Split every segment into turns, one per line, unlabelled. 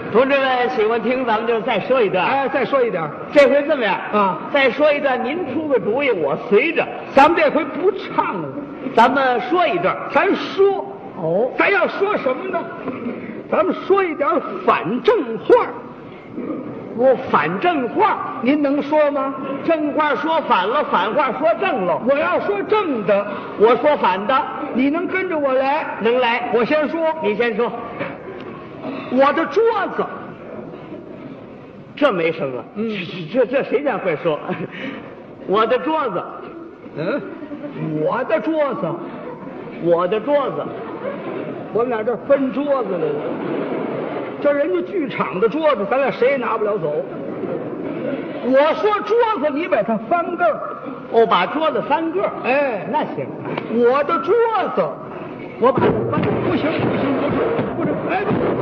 同志们喜欢听，咱们就再说一段。
哎，再说一点。
这回这么样
啊，
再说一段，您出个主意，我随着。
咱们这回不唱了，
咱们说一段，
咱说。
哦，
咱要说什么呢？咱们说一点反正话。
我反正话，
您能说吗？
正话说反了，反话说正了。
我要说正的，
我说反的，
你能跟着我来？
能来。
我先说，
你先说。
我的桌子，
这没声啊。这谁家会说？我的桌子，
我的桌子，
我的桌子，
我们俩这分桌子来了。这人家剧场的桌子，咱俩谁也拿不了走。我说桌子，你把它翻个儿。
哦，把桌子翻个儿。
哎，
那行。
我的桌子，
我把它翻。
不行，不是，哎，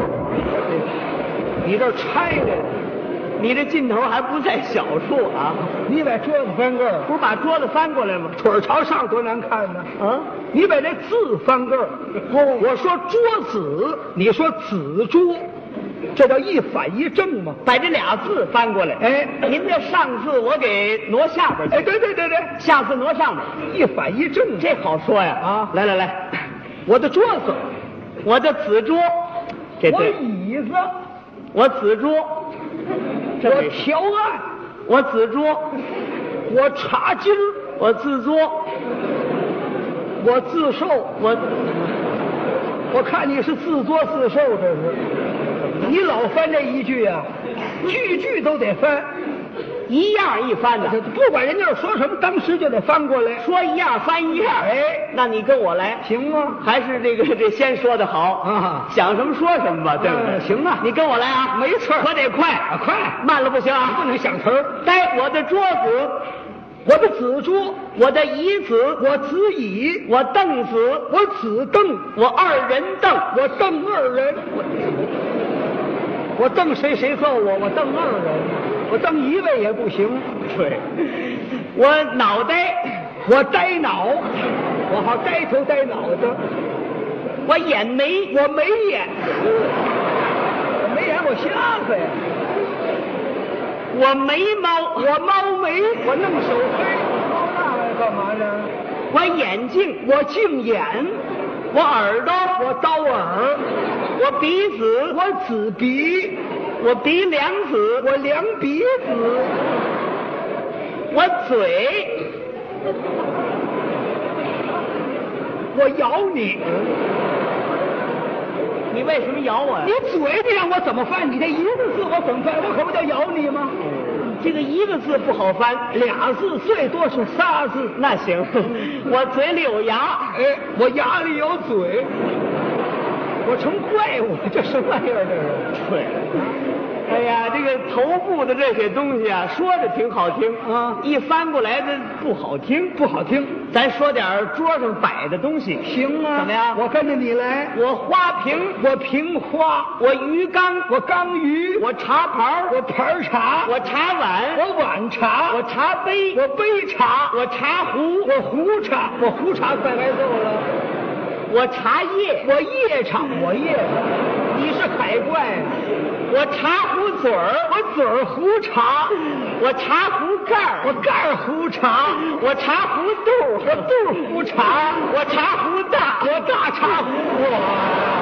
你这拆的，
你这劲头还不在小处啊！
你把桌子翻个儿，
不是把桌子翻过来吗？
腿朝上多难看呢！
啊，
你把这字翻个儿。我说桌子，你说子桌，这叫一反一正吗？
把这俩字翻过来。
哎，
您这上字我给挪下边去。
哎，对，
下字挪上边，
一反一正，
这好说呀！
啊，
来，
我的桌子，
我的子桌，这对。
我椅子，
我子桌，
我条案，
我子桌，
我茶几儿，
我自桌，
我自受，我看你是自作自受，这是。你老翻这一句啊，句句都得翻，
一样一翻的，
不管人家说什么，当时就得翻过来，
说一样翻一样。
哎，
那你跟我来
行吗？
还是这先说的好
啊，
想什么说什么吧，对不对？
行啊，
你跟我来啊，
没错，
可得快
啊，快，
慢了不行啊，
不能想词儿。
待我的桌子，
我的子桌，
我的椅子，
我子椅，
我凳子，
我子凳，
我二人凳，
我凳二人，我凳谁揍我凳二人，我凳一位也不行。
对，我脑袋，
我呆脑，我好呆头呆脑的。
我眼眉，
我没眼，没眼我瞎子呀。
我眉毛，
我猫眉，我弄手黑，猫那玩意干嘛呢？
我眼镜，
我镜眼，
我耳朵，
我刀耳，
我鼻子，
我紫鼻，
我鼻梁子，
我量鼻子，
我嘴，
我咬你。
你为什么咬我呀？
你嘴你让我怎么翻？你这一个字我怎么翻？我可不叫咬你吗？
这个一个字不好翻，
俩字最多是仨字。
那行，我嘴里有牙，
哎，我牙里有嘴，我成怪物，这什么玩意儿？这是。
对。哎呀，这个头部的这些东西啊，说着挺好听
啊，
一翻过来的不好听，
不好听。
咱说点桌上摆的东西，
行啊？
怎么样？
我跟着你来。
我花瓶，
我瓶花，
我鱼缸，
我缸鱼，
我茶盘，
我盘茶，
我茶碗，
我碗茶，
我茶杯，
我杯茶，
我茶壶，
我壶茶，我壶茶快挨揍了。
我茶叶，
我叶茶，我叶茶。你是海怪。
我茶壶嘴儿，
我嘴儿壶茶，
我茶壶盖儿，
我盖儿壶茶，
我茶壶肚，
我肚壶茶，
我茶壶大，
我大茶壶。